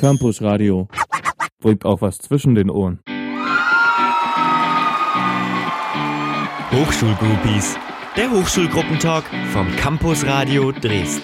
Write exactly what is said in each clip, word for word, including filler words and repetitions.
Campus Radio. Bringt auch was zwischen den Ohren. Hochschulgroupies, der Hochschulgruppentag vom Campus Radio Dresden.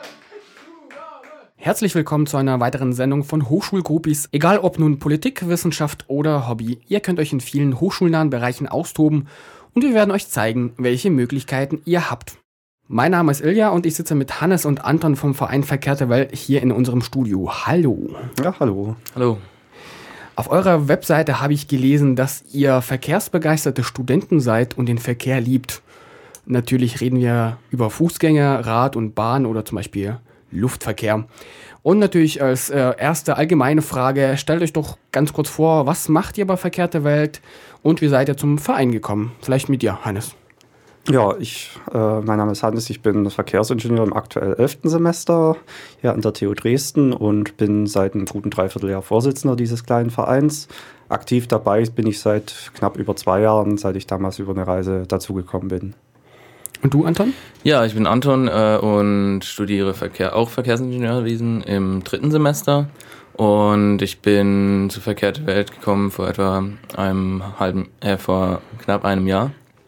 Herzlich willkommen zu einer weiteren Sendung von Hochschulgroupies. Egal ob nun Politik, Wissenschaft oder Hobby, ihr könnt euch in vielen hochschulnahen Bereichen austoben und wir werden euch zeigen, welche Möglichkeiten ihr habt. Mein Name ist Ilja und ich sitze mit Hannes und Anton vom Verein Verkehrte Welt hier in unserem Studio. Hallo. Ja, hallo. Hallo. Auf eurer Webseite habe ich gelesen, dass ihr verkehrsbegeisterte Studenten seid und den Verkehr liebt. Natürlich reden wir über Fußgänger, Rad und Bahn oder zum Beispiel Luftverkehr. Und natürlich als äh, erste allgemeine Frage, stellt euch doch ganz kurz vor, was macht ihr bei Verkehrte Welt und wie seid ihr zum Verein gekommen? Vielleicht mit dir, Hannes. Ja, ich, äh, mein Name ist Hannes, ich bin Verkehrsingenieur im aktuell elften Semester hier an der T U Dresden und bin seit einem guten Dreivierteljahr Vorsitzender dieses kleinen Vereins. Aktiv dabei bin ich seit knapp über zwei Jahren, seit ich damals über eine Reise dazugekommen bin. Und du, Anton? Ja, ich bin Anton äh, und studiere Verkehr, auch Verkehrsingenieurwesen im dritten Semester. Und ich bin zu Verkehrte Welt gekommen vor etwa einem halben, äh, vor knapp einem Jahr.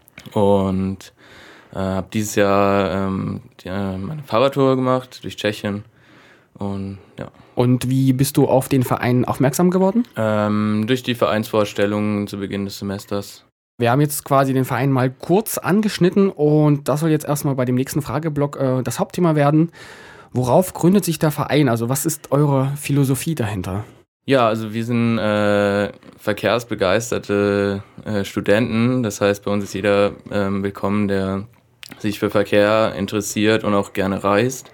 Und äh, habe dieses Jahr ähm, die, äh, meine Fahrradtour gemacht durch Tschechien. Und ja. Und wie bist du auf den Verein aufmerksam geworden? Ähm, durch die Vereinsvorstellungen zu Beginn des Semesters. Wir haben jetzt quasi den Verein mal kurz angeschnitten und das soll jetzt erstmal bei dem nächsten Frageblock äh, das Hauptthema werden. Worauf gründet sich der Verein? Also was ist eure Philosophie dahinter? Ja, also wir sind äh, verkehrsbegeisterte äh, Studenten. Das heißt, bei uns ist jeder äh, willkommen, der sich für Verkehr interessiert und auch gerne reist.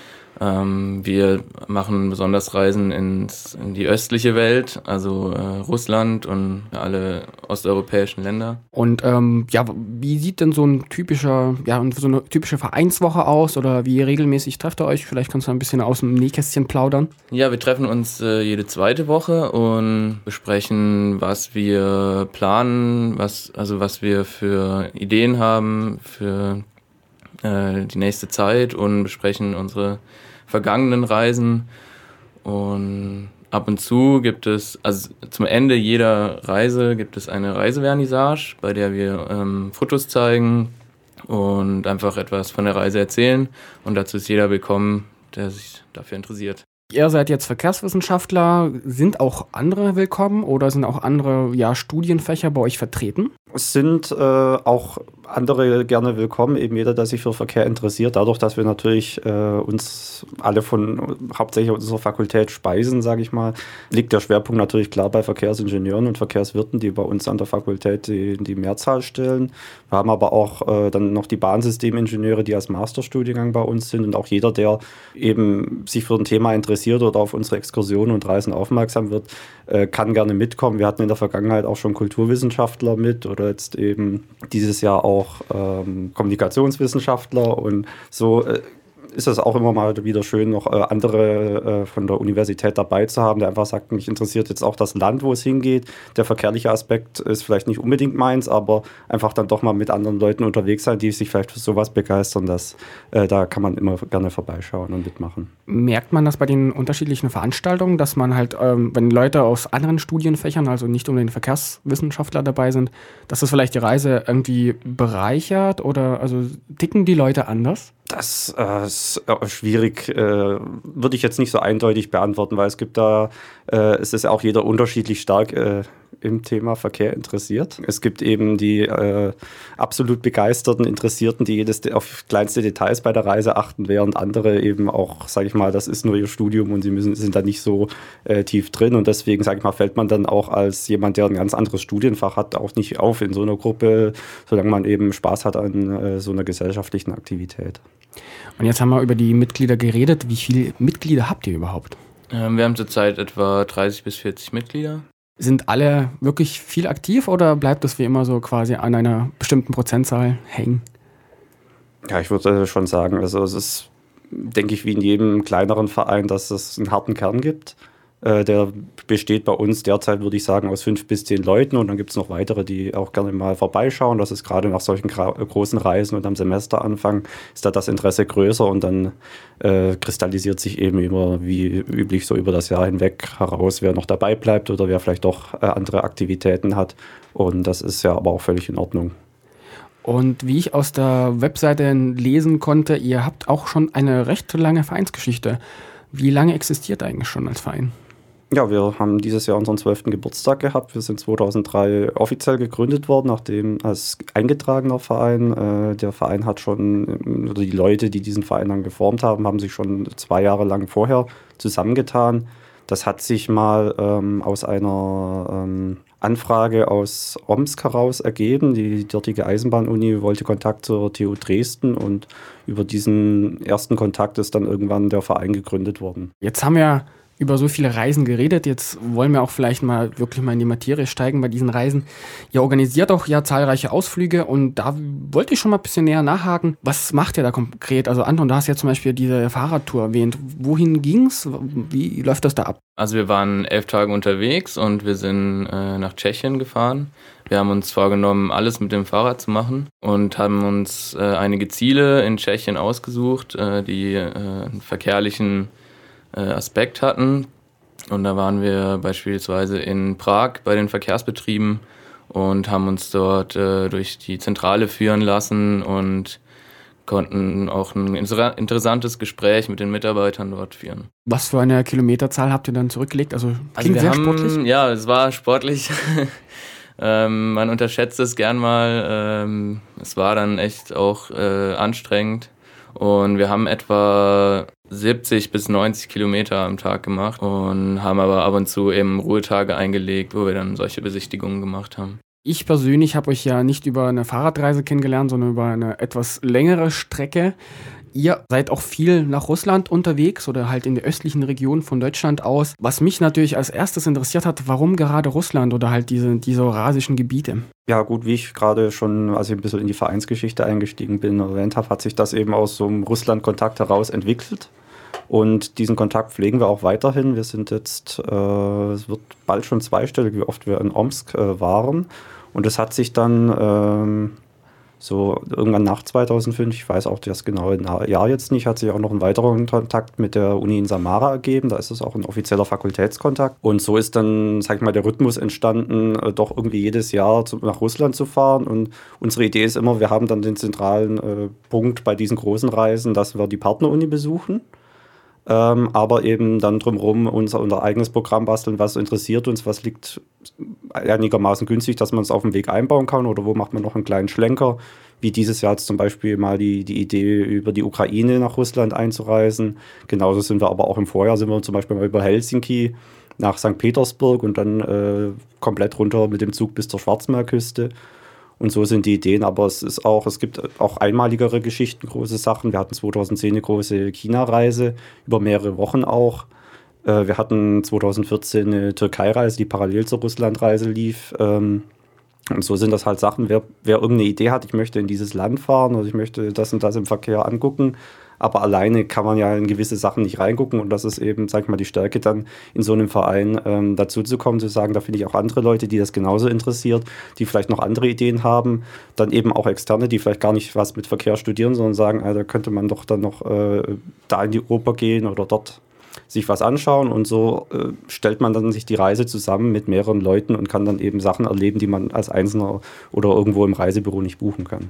Ähm, wir machen besonders Reisen ins, in die östliche Welt, also äh, Russland und alle osteuropäischen Länder. Und ähm, ja, wie sieht denn so ein typischer, ja, so eine typische Vereinswoche aus oder wie regelmäßig trefft ihr euch? Vielleicht kannst du ein bisschen aus dem Nähkästchen plaudern. Ja, wir treffen uns äh, jede zweite Woche und besprechen, was wir planen, was, also was wir für Ideen haben für äh, die nächste Zeit und besprechen unsere vergangenen Reisen. Und ab und zu gibt es, also zum Ende jeder Reise gibt es eine Reisevernissage, bei der wir ähm, Fotos zeigen und einfach etwas von der Reise erzählen. Und dazu ist jeder willkommen, der sich dafür interessiert. Ihr seid jetzt Verkehrswissenschaftler. Sind auch andere willkommen oder sind auch andere ja, Studienfächer bei euch vertreten? Es sind äh, auch andere gerne willkommen, eben jeder, der sich für Verkehr interessiert. Dadurch, dass wir natürlich äh, uns alle von hauptsächlich unserer Fakultät speisen, sage ich mal, liegt der Schwerpunkt natürlich klar bei Verkehrsingenieuren und Verkehrswirten, die bei uns an der Fakultät die, die Mehrzahl stellen. Wir haben aber auch äh, dann noch die Bahnsystemingenieure, die als Masterstudiengang bei uns sind und auch jeder, der eben sich für ein Thema interessiert oder auf unsere Exkursionen und Reisen aufmerksam wird, äh, kann gerne mitkommen. Wir hatten in der Vergangenheit auch schon Kulturwissenschaftler mit oder jetzt eben dieses Jahr auch ähm, Kommunikationswissenschaftler und so äh, ist es auch immer mal wieder schön, noch äh, andere äh, von der Universität dabei zu haben, der einfach sagt, mich interessiert jetzt auch das Land, wo es hingeht. Der verkehrliche Aspekt ist vielleicht nicht unbedingt meins, aber einfach dann doch mal mit anderen Leuten unterwegs sein, die sich vielleicht für sowas begeistern, dass, äh, da kann man immer gerne vorbeischauen und mitmachen. Merkt man das bei den unterschiedlichen Veranstaltungen, dass man halt, ähm, wenn Leute aus anderen Studienfächern, also nicht um den Verkehrswissenschaftler dabei sind, dass das vielleicht die Reise irgendwie bereichert oder also ticken die Leute anders? Das äh, ist äh, schwierig, äh, würde ich jetzt nicht so eindeutig beantworten, weil es gibt da, äh, es ist ja auch jeder unterschiedlich stark äh, im Thema Verkehr interessiert. Es gibt eben die äh, absolut begeisterten Interessierten, die jedes auf kleinste Details bei der Reise achten, während andere eben auch, sage ich mal, das ist nur ihr Studium und sie müssen, sind da nicht so äh, tief drin und deswegen, sage ich mal, fällt man dann auch als jemand, der ein ganz anderes Studienfach hat, auch nicht auf in so einer Gruppe, solange man eben Spaß hat an äh, so einer gesellschaftlichen Aktivität. Und jetzt haben wir über die Mitglieder geredet. Wie viele Mitglieder habt ihr überhaupt? Ähm, wir haben zurzeit etwa dreißig bis vierzig Mitglieder. Sind alle wirklich viel aktiv oder bleibt das wie immer so quasi an einer bestimmten Prozentzahl hängen? Ja, ich würde schon sagen, also es ist, denke ich, wie in jedem kleineren Verein, dass es einen harten Kern gibt. Der besteht bei uns derzeit, würde ich sagen, aus fünf bis zehn Leuten und dann gibt es noch weitere, die auch gerne mal vorbeischauen. Das ist gerade nach solchen großen Reisen und am Semesteranfang ist da das Interesse größer und dann äh, kristallisiert sich eben immer wie üblich so über das Jahr hinweg heraus, wer noch dabei bleibt oder wer vielleicht doch äh, andere Aktivitäten hat. Und das ist ja aber auch völlig in Ordnung. Und wie ich aus der Webseite lesen konnte, ihr habt auch schon eine recht lange Vereinsgeschichte. Wie lange existiert ihr eigentlich schon als Verein? Ja, wir haben dieses Jahr unseren zwölften Geburtstag gehabt. Wir sind zweitausenddrei offiziell gegründet worden, nachdem als eingetragener Verein. Äh, der Verein hat schon, oder die Leute, die diesen Verein dann geformt haben, haben sich schon zwei Jahre lang vorher zusammengetan. Das hat sich mal ähm, aus einer ähm, Anfrage aus Omsk heraus ergeben. Die dortige Eisenbahnuni wollte Kontakt zur T U Dresden und über diesen ersten Kontakt ist dann irgendwann der Verein gegründet worden. Jetzt haben wir über so viele Reisen geredet. Jetzt wollen wir auch vielleicht mal wirklich mal in die Materie steigen bei diesen Reisen. Ihr organisiert auch ja zahlreiche Ausflüge und da wollte ich schon mal ein bisschen näher nachhaken. Was macht ihr da konkret? Also Anton, du hast ja zum Beispiel diese Fahrradtour erwähnt. Wohin ging's? Wie läuft das da ab? Also wir waren elf Tage unterwegs und wir sind äh, nach Tschechien gefahren. Wir haben uns vorgenommen, alles mit dem Fahrrad zu machen und haben uns äh, einige Ziele in Tschechien ausgesucht, äh, die äh, einen verkehrlichen Aspekt hatten. Und da waren wir beispielsweise in Prag bei den Verkehrsbetrieben und haben uns dort äh, durch die Zentrale führen lassen und konnten auch ein inter- interessantes Gespräch mit den Mitarbeitern dort führen. Was für eine Kilometerzahl habt ihr dann zurückgelegt? Also klingt also sehr haben, sportlich. Ja, es war sportlich. ähm, man unterschätzt es gern mal. Ähm, es war dann echt auch äh, anstrengend. Und wir haben etwa siebzig bis neunzig Kilometer am Tag gemacht und haben aber ab und zu eben Ruhetage eingelegt, wo wir dann solche Besichtigungen gemacht haben. Ich persönlich habe euch ja nicht über eine Fahrradreise kennengelernt, sondern über eine etwas längere Strecke. Ihr seid auch viel nach Russland unterwegs oder halt in der östlichen Region von Deutschland aus. Was mich natürlich als erstes interessiert hat, warum gerade Russland oder halt diese, diese eurasischen Gebiete? Ja gut, wie ich gerade schon, als ich ein bisschen in die Vereinsgeschichte eingestiegen bin, erwähnt habe, hat sich das eben aus so einem Russland-Kontakt heraus entwickelt. Und diesen Kontakt pflegen wir auch weiterhin. Wir sind jetzt, äh, es wird bald schon zweistellig, wie oft wir in Omsk äh, waren. Und es hat sich dann ähm, so irgendwann nach zweitausendfünf, ich weiß auch das genaue Jahr jetzt nicht, hat sich auch noch ein weiterer Kontakt mit der Uni in Samara ergeben. Da ist es auch ein offizieller Fakultätskontakt. Und so ist dann, sag ich mal, der Rhythmus entstanden, äh, doch irgendwie jedes Jahr zu, nach Russland zu fahren. Und unsere Idee ist immer, wir haben dann den zentralen äh, Punkt bei diesen großen Reisen, dass wir die Partneruni besuchen. Ähm, aber eben dann drumherum unser, unser eigenes Programm basteln, was interessiert uns, was liegt einigermaßen günstig, dass man es auf dem Weg einbauen kann oder wo macht man noch einen kleinen Schlenker, wie dieses Jahr jetzt zum Beispiel mal die, die Idee, über die Ukraine nach Russland einzureisen. Genauso sind wir aber auch im Vorjahr, sind wir zum Beispiel mal über Helsinki nach Sankt Petersburg und dann äh, komplett runter mit dem Zug bis zur Schwarzmeerküste. Und so sind die Ideen, aber es ist auch, es gibt auch einmaligere Geschichten, große Sachen. Wir hatten zweitausendzehn eine große China-Reise, über mehrere Wochen auch. Wir hatten zweitausendvierzehn eine Türkei-Reise, die parallel zur Russland-Reise lief. Und so sind das halt Sachen, wer, wer irgendeine Idee hat, ich möchte in dieses Land fahren oder ich möchte das und das im Verkehr angucken, aber alleine kann man ja in gewisse Sachen nicht reingucken und das ist eben, sag ich mal, die Stärke dann in so einem Verein ähm, dazu zu kommen, zu sagen, da finde ich auch andere Leute, die das genauso interessiert, die vielleicht noch andere Ideen haben, dann eben auch Externe, die vielleicht gar nicht was mit Verkehr studieren, sondern sagen, ah, da könnte man doch dann noch äh, da in die Oper gehen oder dort sich was anschauen und so äh, stellt man dann sich die Reise zusammen mit mehreren Leuten und kann dann eben Sachen erleben, die man als Einzelner oder irgendwo im Reisebüro nicht buchen kann.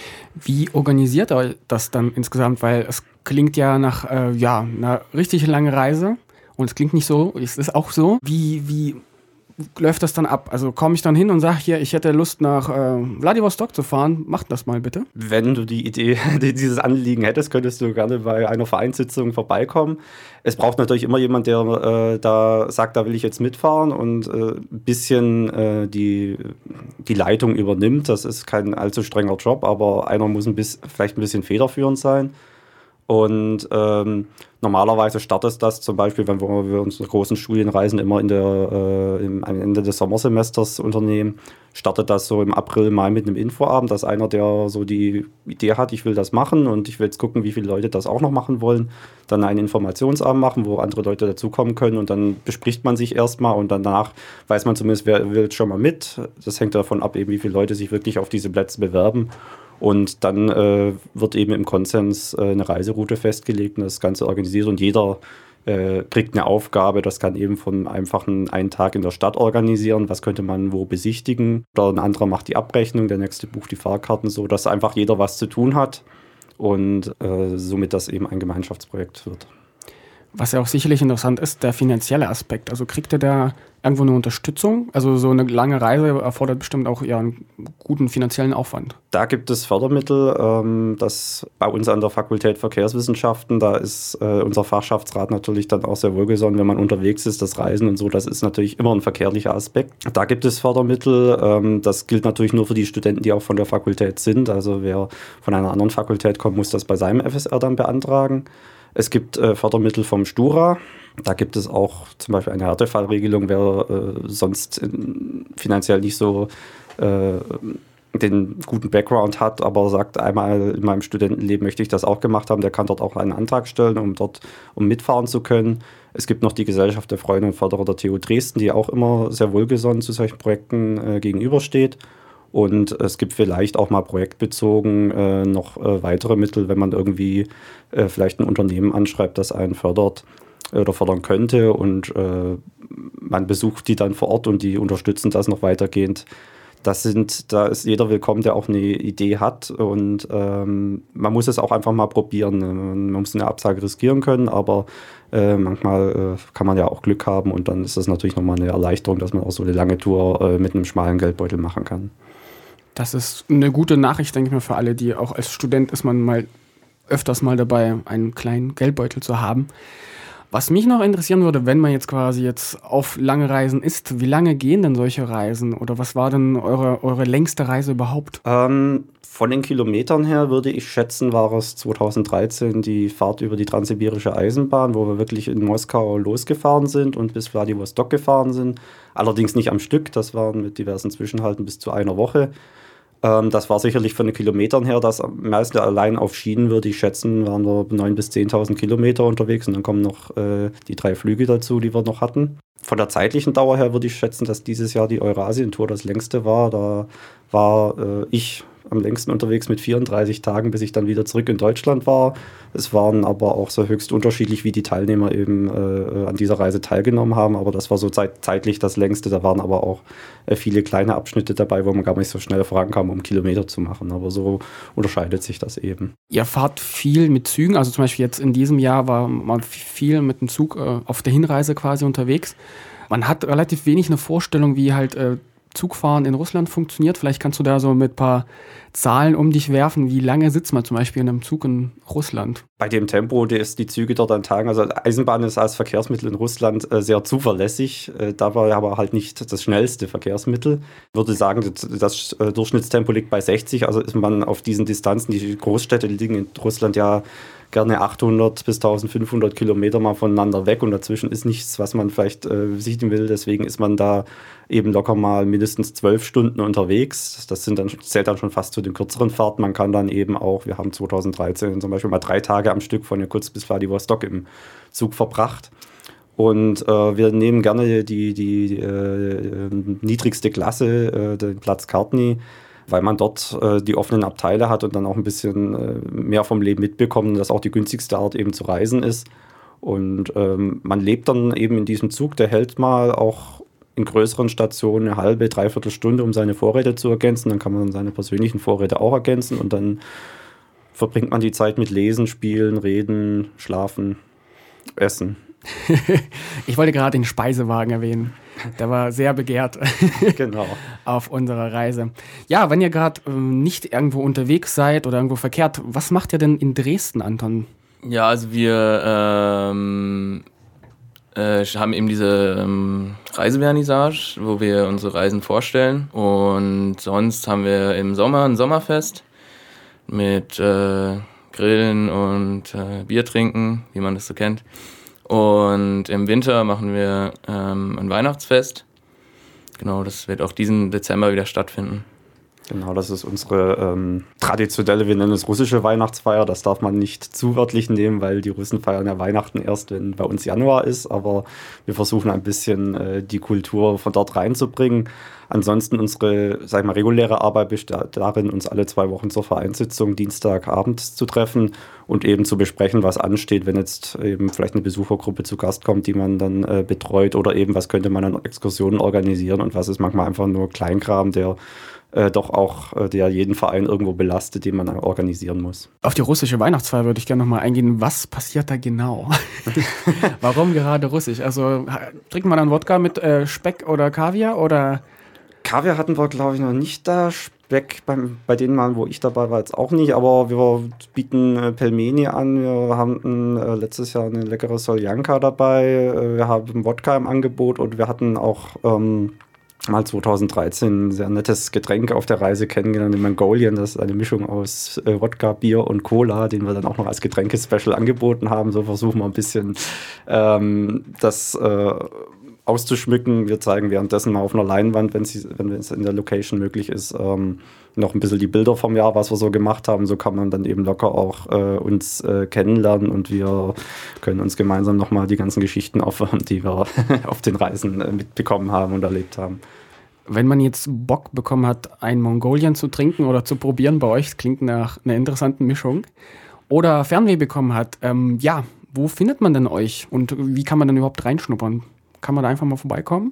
Wie organisiert ihr das dann insgesamt? Weil es klingt ja nach äh, ja, einer richtig langen Reise und es klingt nicht so, es ist auch so. Wie, wie läuft das dann ab? Also komme ich dann hin und sage hier, ich hätte Lust nach äh, Wladiwostok zu fahren, mach das mal bitte. Wenn du die Idee, dieses Anliegen hättest, könntest du gerne bei einer Vereinssitzung vorbeikommen. Es braucht natürlich immer jemand, der äh, da sagt, da will ich jetzt mitfahren und äh, ein bisschen äh, die, die Leitung übernimmt. Das ist kein allzu strenger Job, aber einer muss ein bisschen, vielleicht ein bisschen federführend sein. Und ähm, normalerweise startet das zum Beispiel, wenn wir unsere großen Studienreisen immer in der, äh, im, am Ende des Sommersemesters unternehmen, startet das so im April, Mai mit einem Infoabend, dass einer, der so die Idee hat, ich will das machen und ich will jetzt gucken, wie viele Leute das auch noch machen wollen, dann einen Informationsabend machen, wo andere Leute dazukommen können und dann bespricht man sich erstmal und danach weiß man zumindest, wer will schon mal mit. Das hängt davon ab, eben wie viele Leute sich wirklich auf diese Plätze bewerben. Und dann äh, wird eben im Konsens äh, eine Reiseroute festgelegt und das Ganze organisiert und jeder äh, kriegt eine Aufgabe. Das kann eben von einfachen einen Tag in der Stadt organisieren, was könnte man wo besichtigen. Oder ein anderer macht die Abrechnung, der nächste bucht die Fahrkarten, so dass einfach jeder was zu tun hat und äh, somit das eben ein Gemeinschaftsprojekt wird. Was ja auch sicherlich interessant ist, der finanzielle Aspekt. Also kriegt ihr da irgendwo eine Unterstützung? Also so eine lange Reise erfordert bestimmt auch ja einen guten finanziellen Aufwand. Da gibt es Fördermittel. Ähm, das bei uns an der Fakultät Verkehrswissenschaften, da ist äh, unser Fachschaftsrat natürlich dann auch sehr wohlgesonnen, wenn man unterwegs ist, das Reisen und so, das ist natürlich immer ein verkehrlicher Aspekt. Da gibt es Fördermittel. Ähm, das gilt natürlich nur für die Studenten, die auch von der Fakultät sind. Also wer von einer anderen Fakultät kommt, muss das bei seinem F S R dann beantragen. Es gibt äh, Fördermittel vom Stura. Da gibt es auch zum Beispiel eine Härtefallregelung, wer äh, sonst in, finanziell nicht so äh, den guten Background hat, aber sagt, einmal in meinem Studentenleben möchte ich das auch gemacht haben, der kann dort auch einen Antrag stellen, um dort um mitfahren zu können. Es gibt noch die Gesellschaft der Freunde und Förderer der T U Dresden, die auch immer sehr wohlgesonnen zu solchen Projekten äh, gegenübersteht. Und es gibt vielleicht auch mal projektbezogen äh, noch äh, weitere Mittel, wenn man irgendwie äh, vielleicht ein Unternehmen anschreibt, das einen fördert äh, oder fördern könnte. Und äh, man besucht die dann vor Ort und die unterstützen das noch weitergehend. Das sind, da ist jeder willkommen, der auch eine Idee hat. Und ähm, man muss es auch einfach mal probieren. Man muss eine Absage riskieren können, aber äh, manchmal äh, kann man ja auch Glück haben. Und dann ist das natürlich nochmal eine Erleichterung, dass man auch so eine lange Tour äh, mit einem schmalen Geldbeutel machen kann. Das ist eine gute Nachricht, denke ich mal, für alle, die auch als Student ist man mal öfters mal dabei, einen kleinen Geldbeutel zu haben. Was mich noch interessieren würde, wenn man jetzt quasi jetzt auf lange Reisen ist, wie lange gehen denn solche Reisen? Oder was war denn eure, eure längste Reise überhaupt? Ähm, von den Kilometern her würde ich schätzen, war es zweitausenddreizehn die Fahrt über die Transsibirische Eisenbahn, wo wir wirklich in Moskau losgefahren sind und bis Wladiwostok gefahren sind. Allerdings nicht am Stück, das waren mit diversen Zwischenhalten bis zu einer Woche. Ähm, das war sicherlich von den Kilometern her, das meiste allein auf Schienen, würde ich schätzen, waren wir neuntausend bis zehntausend Kilometer unterwegs und dann kommen noch äh, die drei Flüge dazu, die wir noch hatten. Von der zeitlichen Dauer her würde ich schätzen, dass dieses Jahr die Eurasien-Tour das längste war. Da war äh, ich am längsten unterwegs mit vierunddreißig Tagen, bis ich dann wieder zurück in Deutschland war. Es waren aber auch so höchst unterschiedlich, wie die Teilnehmer eben äh, an dieser Reise teilgenommen haben. Aber das war so zeit- zeitlich das längste. Da waren aber auch äh, viele kleine Abschnitte dabei, wo man gar nicht so schnell vorankam, um Kilometer zu machen. Aber so unterscheidet sich das eben. Ihr fahrt viel mit Zügen, also zum Beispiel jetzt in diesem Jahr war man viel mit dem Zug äh, auf der Hinreise quasi unterwegs. Man hat relativ wenig eine Vorstellung, wie halt äh, Zugfahren in Russland funktioniert. Vielleicht kannst du da so mit ein paar Zahlen um dich werfen. Wie lange sitzt man zum Beispiel in einem Zug in Russland? Bei dem Tempo, das die Züge dort an Tagen, also Eisenbahn ist als Verkehrsmittel in Russland äh, sehr zuverlässig, äh, dabei aber halt nicht das schnellste Verkehrsmittel. Ich würde sagen, das, das äh, Durchschnittstempo liegt bei sechzig, also ist man auf diesen Distanzen, die Großstädte liegen in Russland ja gerne achthundert bis eintausendfünfhundert Kilometer mal voneinander weg und dazwischen ist nichts, was man vielleicht äh, besichtigen will. Deswegen ist man da eben locker mal mindestens zwölf Stunden unterwegs. Das sind dann, zählt dann schon fast zu den kürzeren Fahrten. Man kann dann eben auch, wir haben zweitausenddreizehn zum Beispiel mal drei Tage am Stück von Irkutsk bis Wladiwostok im Zug verbracht. Und äh, wir nehmen gerne die, die äh, niedrigste Klasse, äh, den Platz Kartny, weil man dort äh, die offenen Abteile hat und dann auch ein bisschen äh, mehr vom Leben mitbekommt und das auch die günstigste Art eben zu reisen ist. Und ähm, man lebt dann eben in diesem Zug, der hält mal auch in größeren Stationen eine halbe, dreiviertel Stunde, um seine Vorräte zu ergänzen. Dann kann man seine persönlichen Vorräte auch ergänzen und dann verbringt man die Zeit mit Lesen, Spielen, Reden, Schlafen, Essen. Ich wollte gerade den Speisewagen erwähnen. Der war sehr begehrt. Genau. Auf unserer Reise. Ja, wenn ihr gerade äh, nicht irgendwo unterwegs seid oder irgendwo verkehrt, was macht ihr denn in Dresden, Anton? Ja, also wir ähm, äh, haben eben diese ähm, Reisevernissage, wo wir unsere Reisen vorstellen. Und sonst haben wir im Sommer ein Sommerfest mit äh, grillen und äh, Bier trinken, wie man das so kennt. Und im Winter machen wir ähm, ein Weihnachtsfest. Genau, das wird auch diesen Dezember wieder stattfinden. Genau, das ist unsere ähm, traditionelle, wir nennen es russische Weihnachtsfeier. Das darf man nicht zu wörtlich nehmen, weil die Russen feiern ja Weihnachten erst, wenn bei uns Januar ist. Aber wir versuchen ein bisschen äh, die Kultur von dort reinzubringen. Ansonsten unsere, sag ich mal, reguläre Arbeit besteht darin, uns alle zwei Wochen zur Vereinssitzung Dienstagabends zu treffen und eben zu besprechen, was ansteht, wenn jetzt eben vielleicht eine Besuchergruppe zu Gast kommt, die man dann äh, betreut, oder eben, was könnte man an Exkursionen organisieren und was ist manchmal einfach nur Kleinkram, der Äh, doch auch äh, der jeden Verein irgendwo belastet, den man organisieren muss. Auf die russische Weihnachtsfeier würde ich gerne nochmal eingehen. Was passiert da genau? Warum gerade russisch? Also trinkt man dann Wodka mit äh, Speck oder Kaviar oder? Kaviar hatten wir, glaube ich, noch nicht da. Speck beim, bei den Malen, wo ich dabei war, jetzt auch nicht. Aber wir bieten äh, Pelmeni an. Wir haben äh, letztes Jahr eine leckere Soljanka dabei. Äh, wir haben Wodka im Angebot und wir hatten auch ähm, mal zweitausenddreizehn ein sehr nettes Getränk auf der Reise kennengelernt, in Mongolian. Das ist eine Mischung aus äh, Wodka, Bier und Cola, den wir dann auch noch als Getränkespecial angeboten haben. So versuchen wir ein bisschen ähm, das äh, auszuschmücken. Wir zeigen währenddessen mal auf einer Leinwand, wenn es in der Location möglich ist, ähm, noch ein bisschen die Bilder vom Jahr, was wir so gemacht haben. So kann man dann eben locker auch äh, uns äh, kennenlernen und wir können uns gemeinsam nochmal die ganzen Geschichten aufwärmen, die wir auf den Reisen äh, mitbekommen haben und erlebt haben. Wenn man jetzt Bock bekommen hat, ein Mongolian zu trinken oder zu probieren bei euch, das klingt nach einer interessanten Mischung, oder Fernweh bekommen hat, ähm, ja, wo findet man denn euch und wie kann man denn überhaupt reinschnuppern? Kann man da einfach mal vorbeikommen?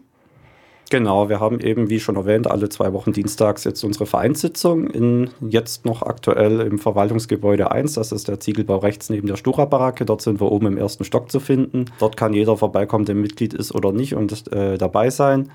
Genau, wir haben eben, wie schon erwähnt, alle zwei Wochen dienstags jetzt unsere Vereinssitzung, in, jetzt noch aktuell im Verwaltungsgebäude eins, das ist der Ziegelbau rechts neben der Stura-Baracke, dort sind wir oben im ersten Stock zu finden. Dort kann jeder vorbeikommen, der Mitglied ist oder nicht und äh, dabei sein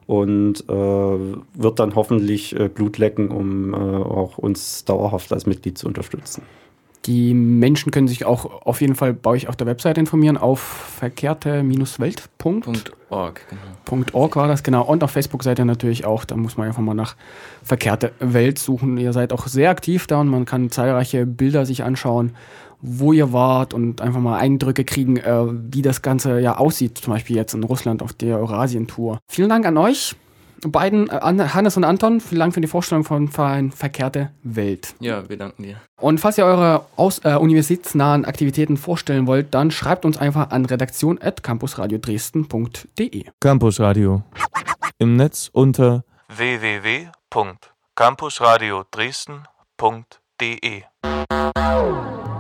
und äh, wird dann hoffentlich äh, Blut lecken, um äh, auch uns dauerhaft als Mitglied zu unterstützen. Die Menschen können sich auch auf jeden Fall bei euch auf der Webseite informieren, auf verkehrte Welt Punkt org. Genau. Punkt org war das, genau. Und auf Facebook seid ihr natürlich auch, da muss man einfach mal nach Verkehrte Welt suchen. Ihr seid auch sehr aktiv da und man kann zahlreiche Bilder sich anschauen, wo ihr wart und einfach mal Eindrücke kriegen, äh, wie das Ganze ja aussieht, zum Beispiel jetzt in Russland auf der Eurasien-Tour. Vielen Dank an euch beiden, Hannes und Anton, vielen Dank für die Vorstellung von Verein Verkehrte Welt. Ja, wir danken dir. Und falls ihr eure aus, äh, universitätsnahen Aktivitäten vorstellen wollt, dann schreibt uns einfach an redaktion at campusradio dresden punkt de. Campusradio. Im Netz unter w w w punkt campusradio dresden punkt de.